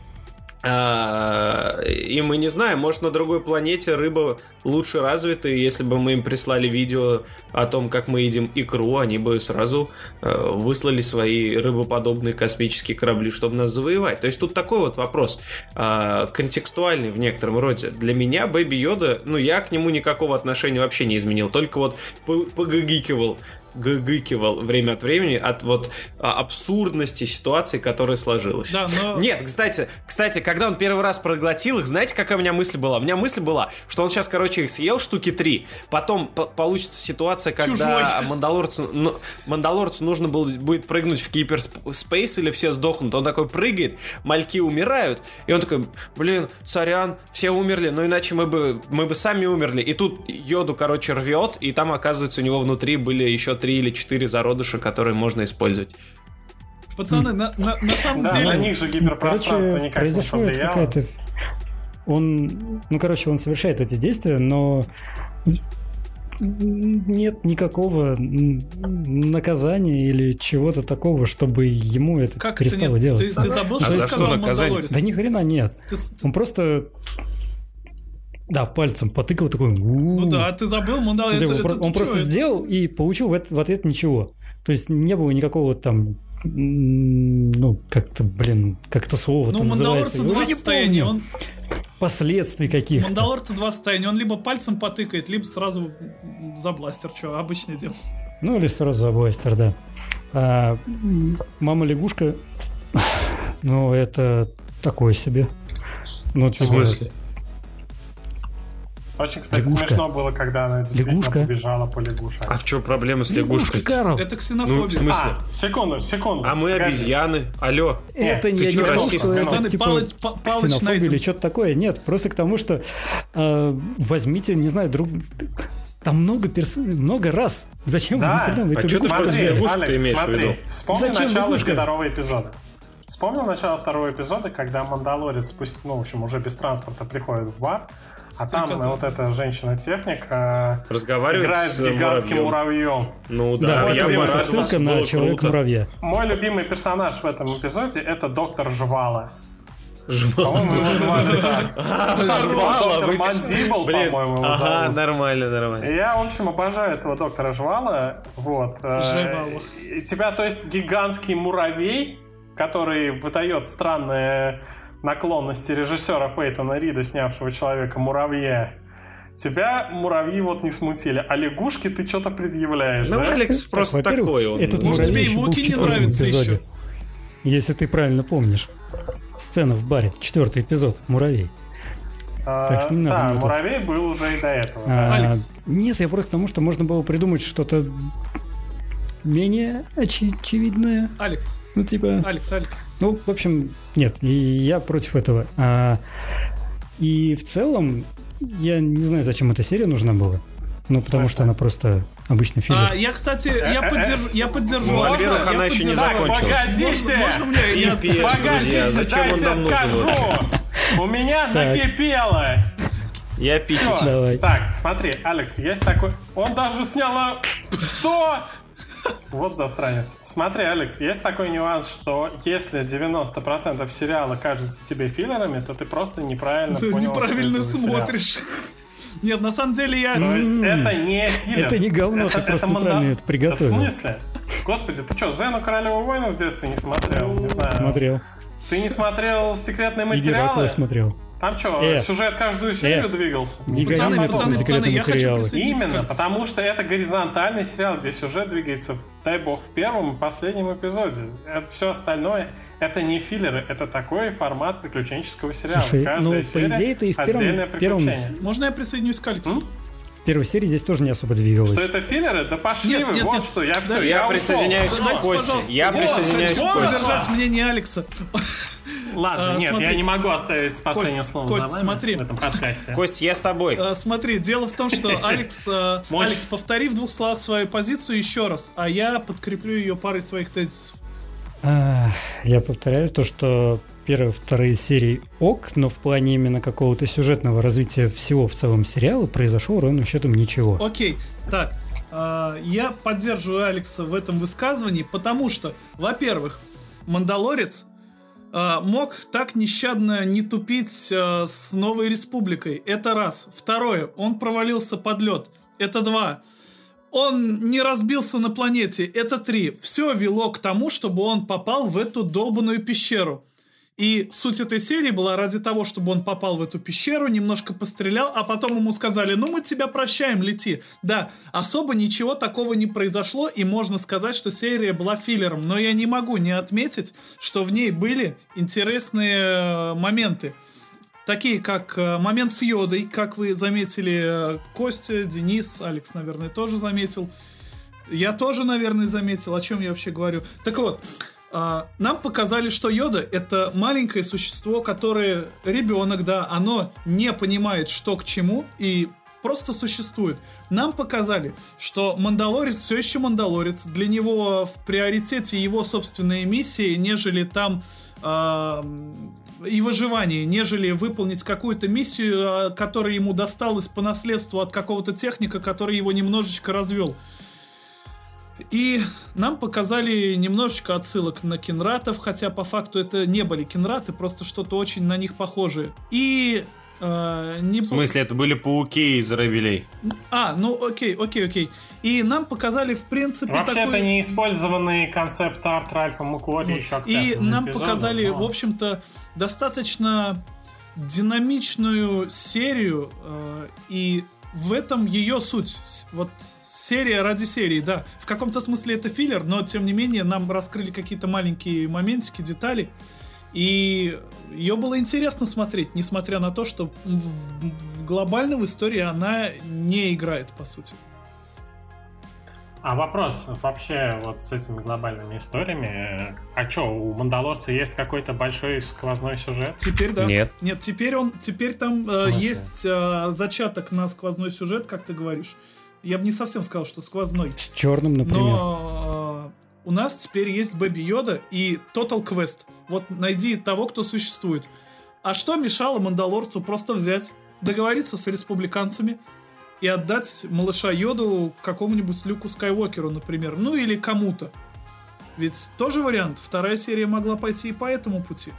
Speaker 1: И мы не знаем, может, на другой планете рыба лучше развита, и если бы мы им прислали видео о том, как мы едим икру, они бы сразу выслали свои рыбоподобные космические корабли, чтобы нас завоевать. То есть тут такой вот вопрос контекстуальный в некотором роде. Для меня Бэби Йода, я к нему никакого отношения вообще не изменил, только вот погыгикивал время от времени от вот абсурдности ситуации, которая сложилась.
Speaker 4: Да, но...
Speaker 1: Нет, кстати, когда он первый раз проглотил их, знаете, какая у меня мысль была? У меня мысль была, что он сейчас, их съел штуки 3, потом получится ситуация, когда Мандалорцу нужно будет прыгнуть в киберспейс или все сдохнут. Он такой прыгает, мальки умирают, и он такой, блин, сорян, все умерли, но иначе мы бы сами умерли. И тут Йоду, рвет, и там, оказывается, у него внутри были еще 3 или 4 зародыша, которые можно использовать.
Speaker 4: Пацаны, на самом деле...
Speaker 3: на них же гиперпространство никак не повлияло.
Speaker 2: Он совершает эти действия, но нет никакого наказания или чего-то такого, чтобы ему это перестало делать.
Speaker 4: Ты забыл, что сказал Мандалорец?
Speaker 2: Да ни хрена нет. Он просто... Да, пальцем потыкал такой...
Speaker 4: ты забыл,
Speaker 2: он просто сделал и получил в ответ ничего. То есть не было никакого там Ну, как-то слово-то называется.
Speaker 4: Мандалорца 2 состояния, он...
Speaker 2: Последствий каких-то.
Speaker 4: Мандалорца 2 состояния, он либо пальцем потыкает, либо сразу за бластер, что обычное дело.
Speaker 2: Ну, или сразу за бластер, да. А мама-лягушка, ну, это такое себе. Ну,
Speaker 1: в смысле?
Speaker 3: Очень, кстати,
Speaker 2: лягушка.
Speaker 3: Смешно было, когда она действительно
Speaker 2: Лягушка.
Speaker 3: побежала по лягушке.
Speaker 1: А в чем проблема с лягушкой?
Speaker 2: Карл.
Speaker 4: Это ксенофобия.
Speaker 1: Ну, в смысле?
Speaker 3: Секунду.
Speaker 1: А мы
Speaker 3: Погоди.
Speaker 1: обезьяны. Алло.
Speaker 2: Это
Speaker 1: ты
Speaker 2: не
Speaker 1: чё,
Speaker 2: к тому,
Speaker 1: расист?
Speaker 2: что это,
Speaker 4: Пацаны,
Speaker 2: типа,
Speaker 4: Палыч
Speaker 2: ксенофобия
Speaker 4: найден.
Speaker 2: или что-то такое. Нет, просто к тому, что возьмите, не знаю, там много раз. Зачем
Speaker 3: Да.
Speaker 2: вы нахрена? Вы
Speaker 1: А
Speaker 2: это
Speaker 1: чё ты
Speaker 2: лягушку
Speaker 1: про
Speaker 2: взяли?
Speaker 1: лягушку
Speaker 3: Алекс,
Speaker 1: имеешь в виду?
Speaker 3: Вспомни
Speaker 2: Зачем
Speaker 3: начало
Speaker 2: лягушка?
Speaker 3: второго эпизода. Вспомнил начало второго эпизода, когда Мандалорец спустя, ну, в общем, уже без транспорта приходит в бар, а там
Speaker 4: Стрекоза.
Speaker 3: вот эта женщина-техник
Speaker 1: Разговаривает
Speaker 3: играет с гигантским муравьем.
Speaker 1: Ну
Speaker 2: Да,
Speaker 1: да,
Speaker 2: это
Speaker 1: я бы
Speaker 2: была
Speaker 1: рад,
Speaker 2: ссылка
Speaker 1: было
Speaker 2: на
Speaker 1: круто.
Speaker 2: Человека-муравья.
Speaker 3: Мой любимый персонаж в этом эпизоде — это доктор Жвала.
Speaker 1: Жвала.
Speaker 3: По-моему, его звали так.
Speaker 1: Жвала,
Speaker 3: Доктор Мандибл,
Speaker 1: Блин,
Speaker 3: по-моему, его
Speaker 1: ага,
Speaker 3: зовут.
Speaker 1: нормально.
Speaker 3: И я, в общем, обожаю этого доктора Жвала. Вот.
Speaker 4: Жвала.
Speaker 3: И тебя, то есть, гигантский муравей, который выдает странные наклонности режиссера Пейтона Рида, снявшего «Человека-муравья». Тебя муравьи вот не смутили, а лягушки ты что-то предъявляешь,
Speaker 1: Ну,
Speaker 3: да?
Speaker 1: Алекс просто
Speaker 2: во-первых,
Speaker 1: такой он.
Speaker 2: этот
Speaker 4: Может,
Speaker 2: муравей
Speaker 4: тебе и
Speaker 2: еще был в
Speaker 4: Вуки не
Speaker 2: 4-м
Speaker 4: нравится
Speaker 2: эпизоде.
Speaker 4: еще?
Speaker 2: Если ты правильно помнишь. Сцена в баре, 4-й эпизод, муравей. Так что не надо
Speaker 3: Да,
Speaker 2: мне тут.
Speaker 3: муравей был уже и до этого. да.
Speaker 4: Алекс.
Speaker 2: Нет, я просто к тому, что можно было придумать что-то менее очевидное.
Speaker 4: Алекс,
Speaker 2: Ну, типа...
Speaker 4: Алекс.
Speaker 2: Ну, в общем, нет, и я против этого. И в целом, я не знаю, зачем эта серия нужна была. Ну, потому
Speaker 3: смысле?
Speaker 2: что она просто обычный фильм.
Speaker 4: Я, кстати, я поддержу
Speaker 3: Ну,
Speaker 4: Алекса.
Speaker 1: во-первых, она
Speaker 4: Я
Speaker 1: еще не
Speaker 4: поддержу.
Speaker 1: закончилась.
Speaker 3: Погодите!
Speaker 4: Можно мне? Я-
Speaker 1: Пипец, друзья,
Speaker 3: Погодите,
Speaker 1: зачем он
Speaker 3: дайте
Speaker 1: нам нужен?
Speaker 3: скажу! У меня
Speaker 2: Так.
Speaker 3: накипело!
Speaker 1: Я писать.
Speaker 3: Всё.
Speaker 2: Давай.
Speaker 3: Так, смотри, Алекс, есть такой... Он даже снял... Что? Вот засранец. Смотри, Алекс, есть такой нюанс, что если 90% сериала кажется тебе филлерами, то ты просто неправильно
Speaker 4: Ты
Speaker 3: понял,
Speaker 4: неправильно
Speaker 3: что это за сериал.
Speaker 4: смотришь. Нет, на самом деле я...
Speaker 3: То есть это не филлер.
Speaker 2: Это не говно, ты просто неправильно это приготовил.
Speaker 3: Да в смысле? Господи, ты что, Зену Королеву войну в детстве не смотрел? Не знаю.
Speaker 2: Смотрел.
Speaker 3: Ты не смотрел секретные
Speaker 2: И
Speaker 3: материалы?
Speaker 2: Геракла смотрел.
Speaker 3: Там что, сюжет каждую серию двигался?
Speaker 2: Не говори
Speaker 4: Пацаны,
Speaker 2: мне
Speaker 4: пацаны,
Speaker 2: про секретные
Speaker 4: я хочу
Speaker 2: материалы.
Speaker 4: присоединиться.
Speaker 3: Именно,
Speaker 4: к Алексу.
Speaker 3: потому что это горизонтальный сериал, где сюжет двигается, дай бог, в первом и последнем эпизоде. Это все остальное, это не филлеры, это такой формат приключенческого сериала.
Speaker 2: Слушай,
Speaker 3: Каждая
Speaker 2: ну, по
Speaker 3: серия
Speaker 2: идее, это и в
Speaker 3: отдельное
Speaker 2: первом-
Speaker 3: приключение.
Speaker 4: Можно я присоединюсь к Алексу?
Speaker 2: В первой серии здесь тоже не особо двигалось.
Speaker 3: Что это филлеры? Да пошли
Speaker 4: Нет,
Speaker 3: вы,
Speaker 4: нет,
Speaker 3: вот
Speaker 4: нет.
Speaker 3: что, я все,
Speaker 4: Да,
Speaker 3: я ушел.
Speaker 1: присоединяюсь
Speaker 3: Всё.
Speaker 1: к
Speaker 4: Дайте,
Speaker 1: Косте.
Speaker 4: пожалуйста.
Speaker 1: Я
Speaker 4: Вот,
Speaker 1: присоединяюсь
Speaker 4: хочу
Speaker 1: к Косте.
Speaker 4: поддержать мнение Алекса.
Speaker 3: Ладно, нет,
Speaker 4: смотри.
Speaker 3: я не могу оставить последнее
Speaker 4: Кость,
Speaker 3: слово
Speaker 4: Кость,
Speaker 3: за вами
Speaker 4: смотри.
Speaker 3: в этом подкасте.
Speaker 1: Кость, я с тобой.
Speaker 4: Смотри, дело в том, что Алекс, повтори в 2 словах свою позицию еще раз, а я подкреплю ее парой своих тезисов.
Speaker 2: Я повторяю то, что первые, вторые серии ок, но в плане именно какого-то сюжетного развития всего в целом сериала произошло ровным счетом ничего.
Speaker 4: Окей, так, я поддерживаю Алекса в этом высказывании, потому что, во-первых, Мандалорец мог так нещадно не тупить с Новой Республикой. Это раз. Второе, он провалился под лед. Это 2. Он не разбился на планете. Это 3. Все вело к тому, чтобы он попал в эту долбаную пещеру. И суть этой серии была ради того, чтобы он попал в эту пещеру, немножко пострелял, а потом ему сказали: ну мы тебя прощаем, лети. Да, особо ничего такого не произошло, и можно сказать, что серия была филлером. Но я не могу не отметить, что в ней были интересные моменты. Такие как момент с Йодой, как вы заметили, Костя, Денис, Алекс, наверное, тоже заметил. Я тоже, наверное, заметил, о чем я вообще говорю. Так вот, нам показали, что Йода — это маленькое существо, которое ребенок, да, оно не понимает, что к чему, и просто существует. Нам показали, что Мандалорец все еще Мандалорец, для него в приоритете его собственная миссия, нежели там и выживание, нежели выполнить какую-то миссию, которая ему досталась по наследству от какого-то техника, который его немножечко развел. И нам показали немножечко отсылок на Кенратов, хотя по факту это не были Кенраты, просто что-то очень на них похожее. И
Speaker 1: В смысле, это были пауки из Равелей?
Speaker 4: Окей. И нам показали, в принципе,
Speaker 3: вообще это не использованный концепт арт Ральфа Макуори еще к
Speaker 4: и нам показали, в общем-то, достаточно динамичную серию, и в этом ее суть. Вот серия ради серии, да. В каком-то смысле это филлер, но тем не менее нам раскрыли какие-то маленькие моментики, детали. И ее было интересно смотреть, несмотря на то, что в глобальной истории она не играет, по сути.
Speaker 3: А вопрос вообще вот с этими глобальными историями. А что, у «Мандалорца» есть какой-то большой сквозной сюжет?
Speaker 4: Теперь да.
Speaker 1: Нет,
Speaker 4: теперь там есть зачаток на сквозной сюжет, как ты говоришь. Я бы не совсем сказал, что сквозной.
Speaker 2: С черным, например.
Speaker 4: Но у нас теперь есть Бэби Йода и Total Quest. Вот найди того, кто существует. А что мешало «Мандалорцу» просто взять, договориться с республиканцами и отдать малыша Йоду какому-нибудь Люку Скайуокеру, например. Ну или кому-то. Ведь тоже вариант. Вторая серия могла пойти и по этому пути.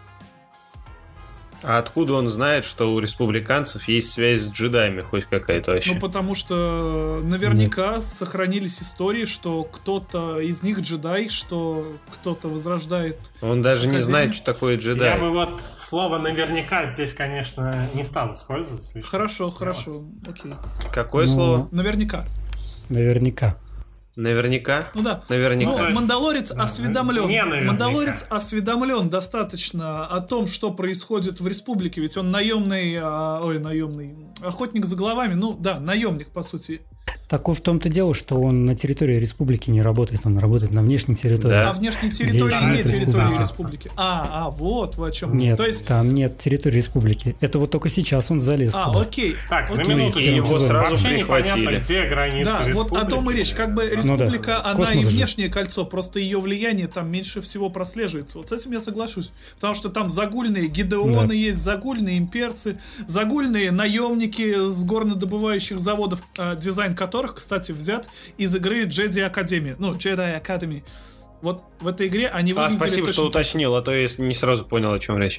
Speaker 1: А откуда он знает, что у республиканцев есть связь с джедаями хоть какая-то вообще?
Speaker 4: Ну, потому что наверняка сохранились истории, что кто-то из них джедай, что кто-то возрождает.
Speaker 1: Он даже не знает, что такое джедай.
Speaker 3: Я бы вот слово «наверняка» здесь, конечно, не стал использовать.
Speaker 4: Хорошо, окей.
Speaker 1: Какое слово?
Speaker 4: Наверняка.
Speaker 1: Наверняка?
Speaker 4: Ну да.
Speaker 1: Наверняка.
Speaker 4: Ну, «Мандалорец» осведомлен.
Speaker 3: Не наверняка.
Speaker 4: «Мандалорец» осведомлен достаточно о том, что происходит в республике. Ведь он наемный охотник за головами. Ну да, наемник, по сути.
Speaker 2: Так в том-то дело, что он на территории республики не работает, он работает на внешней территории.
Speaker 1: Да.
Speaker 4: А внешней территории нет территории республики. Вот вы о чем.
Speaker 2: Нет,
Speaker 4: то есть...
Speaker 2: там нет территории республики. Это вот только сейчас он залез туда.
Speaker 4: Окей.
Speaker 3: Так, на
Speaker 4: окей.
Speaker 3: минуту,
Speaker 1: его сразу
Speaker 3: вообще непонятно,
Speaker 1: прихватили.
Speaker 3: где границы
Speaker 4: Да,
Speaker 3: республики.
Speaker 4: вот о том и речь. Как бы республика, она
Speaker 2: Космос
Speaker 4: и
Speaker 2: же.
Speaker 4: внешнее кольцо, просто ее влияние там меньше всего прослеживается. Вот с этим я соглашусь. Потому что там загульные гидеоны есть, загульные имперцы, загульные наемники с горнодобывающих заводов, дизайн которых, кстати, взят из игры Jedi Academy. Ну, Jedi Academy. Вот в этой игре они выглядели
Speaker 1: Спасибо,
Speaker 4: точно
Speaker 1: что уточнил, а то я не сразу понял, о чем речь.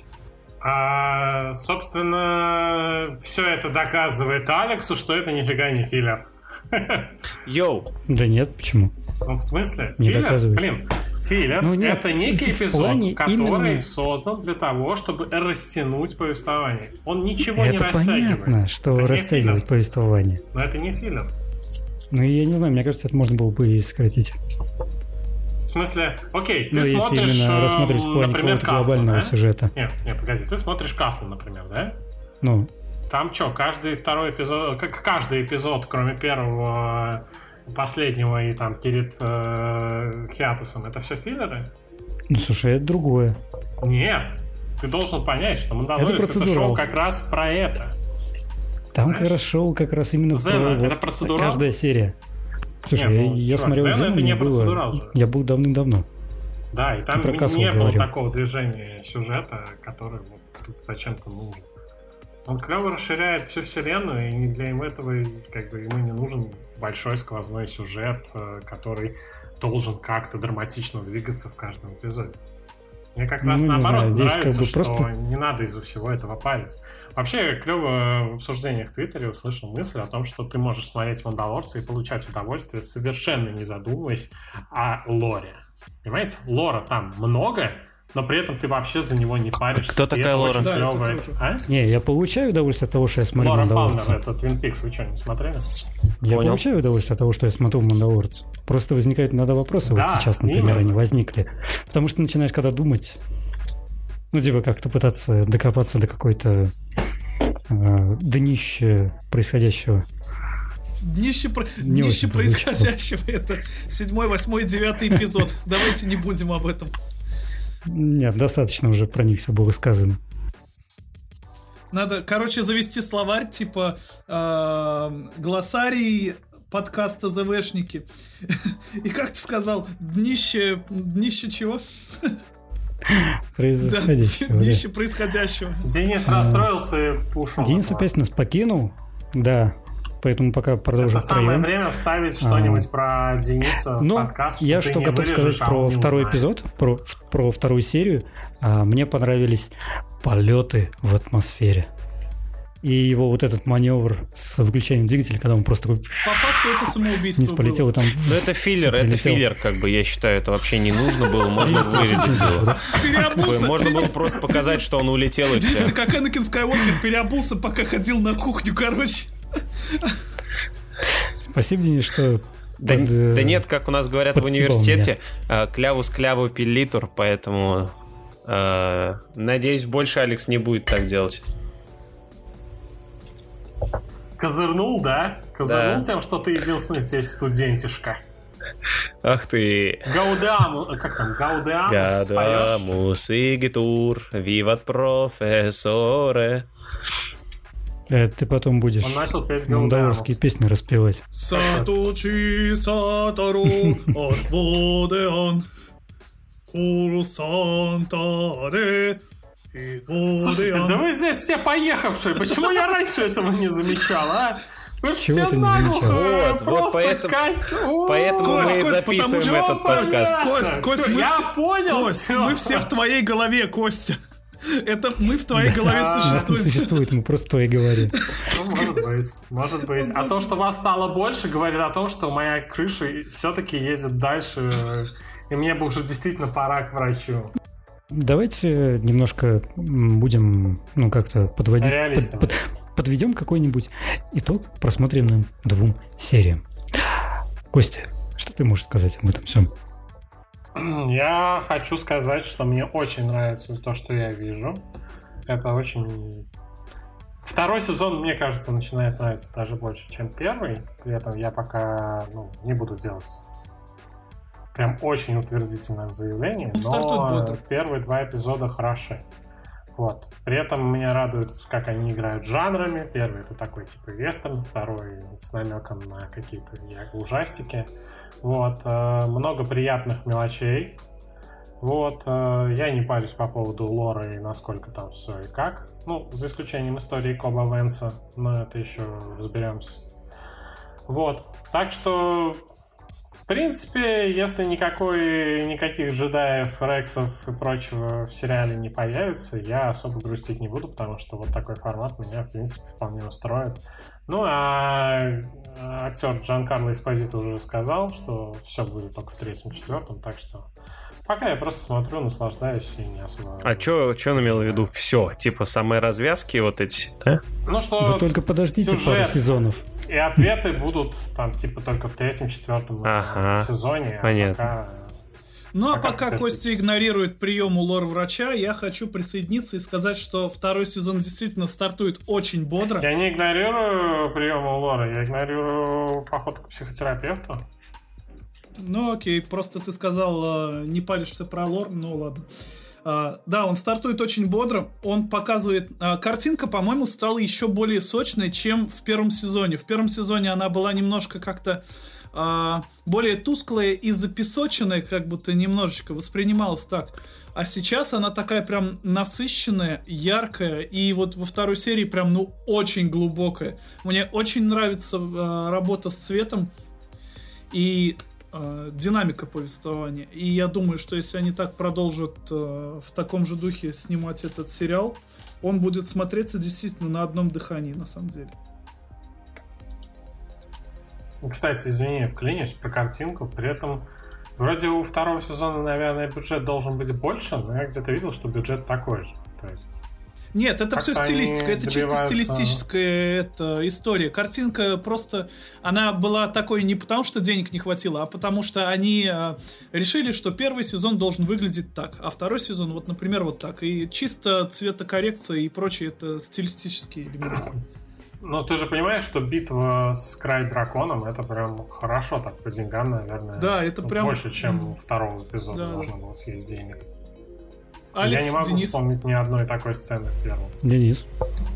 Speaker 3: Собственно, все это доказывает Алексу, что это нифига не филлер.
Speaker 1: Йоу.
Speaker 2: Да нет, почему?
Speaker 3: Ну, в смысле?
Speaker 2: Не
Speaker 3: Филлер?
Speaker 2: доказывает.
Speaker 3: Блин, филлер
Speaker 2: Ну, нет,
Speaker 3: это некий
Speaker 2: в
Speaker 3: эпизод,
Speaker 2: плане
Speaker 3: который
Speaker 2: именно-
Speaker 3: создан для того, чтобы растянуть повествование. Он ничего не
Speaker 2: Это
Speaker 3: растягивает.
Speaker 2: понятно, что
Speaker 3: Это не
Speaker 2: растягивать
Speaker 3: филлер.
Speaker 2: повествование.
Speaker 3: Но это не филлер.
Speaker 2: Ну, я не знаю, мне кажется, это можно было бы и сократить.
Speaker 3: В смысле, окей, ты
Speaker 2: Ну, если
Speaker 3: смотришь,
Speaker 2: именно рассматривать в плане
Speaker 3: например,
Speaker 2: какого-то
Speaker 3: Касла,
Speaker 2: глобального
Speaker 3: да?
Speaker 2: сюжета.
Speaker 3: Нет, погоди, ты смотришь Касл, например, да?
Speaker 2: Ну,
Speaker 3: Там что, каждый второй эпизод, каждый эпизод, кроме первого, последнего и там перед хиатусом, это все филлеры?
Speaker 2: слушай, это другое.
Speaker 3: Нет, ты должен понять, что «Мандалорец» это
Speaker 2: процедурал.
Speaker 3: шоу как раз про это.
Speaker 2: Там
Speaker 3: Понимаешь?
Speaker 2: хорошо как раз именно
Speaker 3: Зена,
Speaker 2: про
Speaker 3: это процедурал?
Speaker 2: каждая серия. Слушай,
Speaker 3: Не, ну,
Speaker 2: я
Speaker 3: чувак,
Speaker 2: смотрел
Speaker 3: Зена
Speaker 2: Зену,
Speaker 3: это не
Speaker 2: мне было...
Speaker 3: процедурал же.
Speaker 2: Я был давным-давно.
Speaker 3: Да, и там
Speaker 2: про Касл
Speaker 3: не было
Speaker 2: говорил.
Speaker 3: такого движения сюжета, который вот тут зачем-то нужен. Он клево расширяет всю вселенную, и для этого как бы ему не нужен большой сквозной сюжет, который должен как-то драматично двигаться в каждом эпизоде. Мне как раз
Speaker 2: Ну, не
Speaker 3: наоборот
Speaker 2: знаю, здесь
Speaker 3: нравится,
Speaker 2: как бы
Speaker 3: что
Speaker 2: просто-
Speaker 3: не надо из-за всего этого париться. Вообще, клево в обсуждениях в Твиттере услышал мысль о том, что ты можешь смотреть «Мандалорца» и получать удовольствие, совершенно не задумываясь о лоре. Понимаете? Лора там много, но при этом ты вообще за него не паришься.
Speaker 1: Кто
Speaker 3: И
Speaker 1: такая
Speaker 3: это
Speaker 1: Лора?
Speaker 3: очень
Speaker 4: Да, это
Speaker 3: клёвое.
Speaker 4: круто.
Speaker 3: А?
Speaker 2: Не, я получаю удовольствие от того, что я смотрю
Speaker 3: Лора Палмер,
Speaker 2: «Мандалорца».
Speaker 3: это Twin Peaks, вы что, не смотрели?
Speaker 2: Я
Speaker 1: Понял.
Speaker 2: получаю удовольствие от того, что я смотрю «Мандалорца». Просто возникают иногда вопросы,
Speaker 3: Да,
Speaker 2: вот сейчас, например,
Speaker 3: именно.
Speaker 2: они возникли. Потому что начинаешь когда думать, ну, типа, как-то пытаться докопаться до какой-то днища происходящего.
Speaker 4: Днище
Speaker 2: Не очень прозвучало.
Speaker 4: происходящего. Это 7, 8, 9 эпизод. Давайте не будем об этом.
Speaker 2: Нет, достаточно уже про них все было сказано.
Speaker 4: Надо, короче, завести словарь, типа глоссарий подкаста ЗВшники. И как ты сказал, днище чего? Да,
Speaker 2: Происходящего, да.
Speaker 4: днище происходящего.
Speaker 3: Денис расстроился и ушел.
Speaker 2: Денис
Speaker 3: от вас.
Speaker 2: опять нас покинул, да, поэтому пока продолжим
Speaker 3: Это самое
Speaker 2: втроем.
Speaker 3: время вставить что-нибудь про Дениса в
Speaker 2: Ну,
Speaker 3: подкаст,
Speaker 2: я
Speaker 3: ты
Speaker 2: что
Speaker 3: не
Speaker 2: готов
Speaker 3: вырежешь,
Speaker 2: сказать
Speaker 3: а
Speaker 2: про
Speaker 3: он не
Speaker 2: второй
Speaker 3: узнает.
Speaker 2: эпизод, про вторую серию. Мне понравились полеты в атмосфере. и его вот этот маневр с выключением двигателя, когда он просто такой...
Speaker 4: По факту это самоубийство
Speaker 2: вниз полетел, и там...
Speaker 1: Ну это филлер, как бы, я считаю, это вообще не нужно было, можно вырезать было. Можно было просто показать, что он улетел и все.
Speaker 4: Ты как Энакин Скайуокер переобулся, пока ходил на кухню, короче.
Speaker 2: Спасибо, Денис, что...
Speaker 1: Да нет, как у нас говорят в университете, клявус кляву пиллитур, поэтому надеюсь, больше Алекс не будет так делать.
Speaker 3: Козырнул, да? Козырнул тем, что ты единственный здесь студентишка.
Speaker 1: Ах ты.
Speaker 3: Гаудамус, как там, Гаудамус споешь?
Speaker 1: Гаудамус игитур, виват профессоре.
Speaker 2: Ты потом будешь мандалорские песни распевать.
Speaker 4: Сатучи сатару отводеан курсантаре.
Speaker 3: Слушайте, да вы здесь все поехавшие. Почему я раньше этого не замечал, а? Вы же
Speaker 2: все
Speaker 3: наглухо.
Speaker 1: Вот поэтому мы и записываем этот подкаст.
Speaker 4: Кость,
Speaker 3: я понял.
Speaker 4: Мы все в твоей голове, Костя. Это мы в твоей голове существуем.
Speaker 2: Нас не существует, мы просто в твоей голове.
Speaker 3: Может быть. А то, что вас стало больше, говорит о том, что моя крыша все-таки едет дальше, и мне бы уже действительно пора к врачу.
Speaker 2: Давайте немножко будем, как-то подводить, подведем какой-нибудь итог просмотренным 2 сериям. Костя, что ты можешь сказать об этом всем?
Speaker 3: Я хочу сказать, что мне очень нравится то, что я вижу. Это очень... 2 сезон, мне кажется, начинает нравиться даже больше, чем 1. При этом я пока не буду делать прям очень утвердительных заявлений, но первые 2 эпизода хороши. Вот. При этом меня радует, как они играют жанрами. Первый — это такой типа вестерн, второй с намеком на какие-то ужастики. Вот. Много приятных мелочей. Вот. Я не парюсь по поводу лора и насколько там все и как. За исключением истории Коба Венса, но это еще разберемся. Вот. Так что, в принципе, если никаких джедаев, рексов и прочего в сериале не появится, я особо грустить не буду, потому что вот такой формат меня, в принципе, вполне устроит. А актер Джанкарло Эспозито уже сказал, что все будет только в 3-4, так что пока я просто смотрю, наслаждаюсь и не особо...
Speaker 1: А что он имел в виду? Все, типа самые развязки вот эти, да?
Speaker 3: Что
Speaker 2: вы только подождите пару сезонов.
Speaker 3: И ответы будут там типа только в 3-4 сезоне.
Speaker 1: Понятно.
Speaker 4: Пока Костя игнорирует прием у лор-врача, я хочу присоединиться и сказать, что 2 сезон действительно стартует очень бодро.
Speaker 3: Я не игнорирую прием у лора, я игнорирую поход к психотерапевту.
Speaker 4: Окей, просто ты сказал, не палишься про лор, ладно. Да, он стартует очень бодро, он показывает... Картинка, по-моему, стала еще более сочной, чем в 1 сезоне. В 1 сезоне она была немножко как-то более тусклая и запесоченная, как будто немножечко воспринималась так. А сейчас она такая прям насыщенная, яркая, и вот во 2 серии прям, очень глубокая. Мне очень нравится работа с цветом и динамика повествования. И я думаю, что если они так продолжат в таком же духе снимать этот сериал, он будет смотреться действительно на одном дыхании, на самом деле.
Speaker 3: Кстати, извини, вклинюсь про картинку. При этом вроде у 2 сезона, наверное, бюджет должен быть больше, но я где-то видел, что бюджет такой же. То есть...
Speaker 4: Нет, это все стилистика, это чисто стилистическая история. Картинка просто, она была такой не потому, что денег не хватило, а потому что они решили, что 1 сезон должен выглядеть так, а 2 сезон, вот, например, вот так. И чисто цветокоррекция и прочее, это стилистические элементы.
Speaker 3: Ты же понимаешь, что битва с Край-драконом, это прям хорошо так по деньгам, наверное.
Speaker 4: Да, это прям...
Speaker 3: Больше, чем 2 эпизода можно было съесть денег.
Speaker 4: Алекс,
Speaker 3: я не могу
Speaker 4: Денис.
Speaker 3: вспомнить ни одной такой сцены в 1.
Speaker 2: Денис.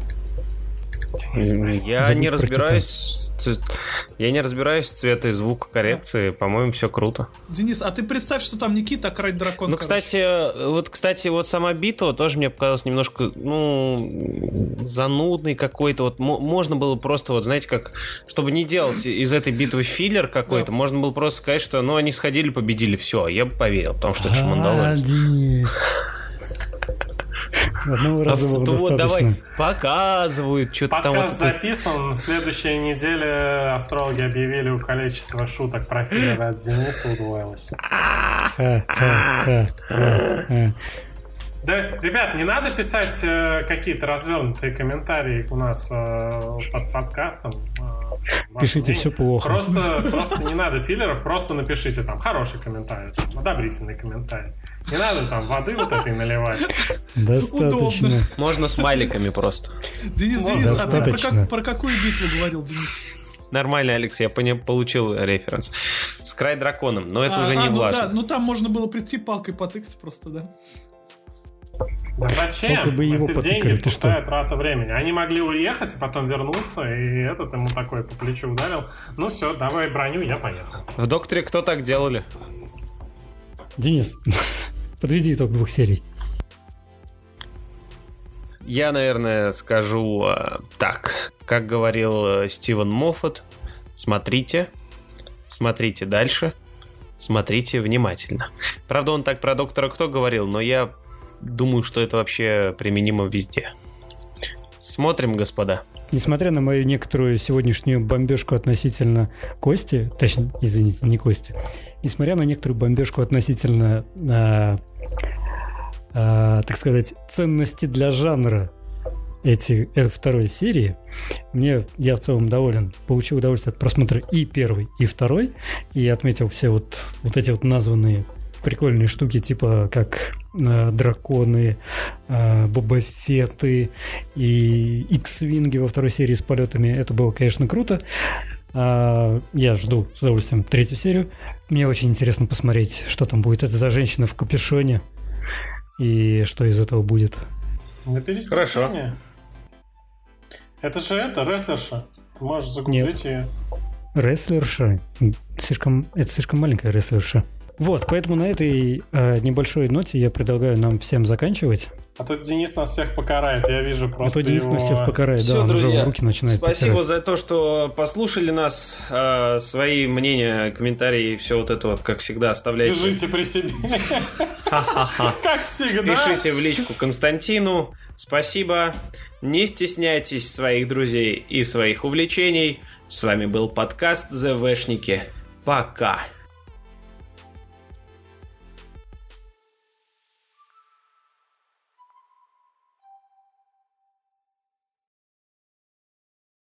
Speaker 1: Я не разбираюсь в цвета и звукокоррекции. По-моему, все круто.
Speaker 4: Денис, а ты представь, что там Никита Край-дракон.
Speaker 1: Кстати, вот сама битва тоже мне показалась немножко, занудной какой-то. Вот можно было просто, вот знаете, как, чтобы не делать из этой битвы филлер какой-то, можно было просто сказать, что, они сходили, победили, все, я бы поверил, потому что это же Мандалорец.
Speaker 2: Денис. Одного раза было
Speaker 1: Вот давай,
Speaker 2: достаточно.
Speaker 1: показывают, что-то там.
Speaker 3: Подкаст записан. В следующей неделе астрологи объявили, количество шуток про филлеры от Дениса удвоилось. Да, ребят, не надо писать какие-то развернутые комментарии у нас под подкастом.
Speaker 2: Пишите все плохо.
Speaker 3: Просто не надо филлеров, просто напишите там хороший комментарий, там, одобрительный комментарий. Не надо там воды вот этой наливать.
Speaker 2: Достаточно.
Speaker 4: Удобно.
Speaker 1: Можно смайликами просто.
Speaker 4: Денис,
Speaker 2: достаточно.
Speaker 4: про какую битву говорил Денис?
Speaker 1: Нормально, Алекс, я получил референс. С край драконом, но это уже не влажно.
Speaker 4: Да, ну там можно было прийти палкой потыкать просто, да.
Speaker 3: Да зачем?
Speaker 2: Только бы его
Speaker 3: Эти
Speaker 2: потыкали,
Speaker 3: деньги
Speaker 2: ты
Speaker 3: пустая
Speaker 2: что?
Speaker 3: трата времени. Они могли уехать и потом вернуться, и этот ему такой по плечу ударил. Ну все, давай броню, я поехал.
Speaker 1: В «Докторе» кто так делали?
Speaker 2: Денис, подведи итог 2 серий.
Speaker 1: Я, наверное, скажу так. Как говорил Стивен Моффат, смотрите дальше, смотрите внимательно. Правда, он так про «Доктора Кто» говорил, но я думаю, что это вообще применимо везде. Смотрим, господа.
Speaker 2: Несмотря на мою некоторую сегодняшнюю бомбежку относительно Кости, точнее, извините, не Кости, несмотря на некоторую бомбежку относительно, так сказать, ценности для жанра второй серии, я в целом доволен. Получил удовольствие от просмотра и первой, и второй, и отметил все вот эти вот названные прикольные штуки, типа как драконы, Боба Фетты и Икс-винги во второй серии с полетами. Это было, конечно, круто. Я жду с удовольствием 3-ю серию. Мне очень интересно посмотреть, что там будет. Это за женщина в капюшоне и что из этого будет.
Speaker 3: Наберись
Speaker 1: Хорошо.
Speaker 3: терпения. Это же рестлерша. Можешь загуглить ее.
Speaker 2: Рестлерша? Это слишком маленькая рестлерша. Вот, поэтому на этой небольшой ноте я предлагаю нам всем заканчивать.
Speaker 3: А то Денис нас всех покарает, я вижу просто
Speaker 2: Денис
Speaker 3: его...
Speaker 2: нас всех покарает,
Speaker 1: Все,
Speaker 2: да, он
Speaker 1: друзья,
Speaker 2: уже руки начинает
Speaker 1: спасибо
Speaker 2: потирать.
Speaker 1: за то, что послушали нас. Свои мнения, комментарии, все вот это вот, как всегда, оставляйте.
Speaker 3: Держите при себе. Как всегда.
Speaker 1: Пишите в личку Константину. Спасибо. Не стесняйтесь своих друзей и своих увлечений. С вами был подкаст ЗВшники. Пока.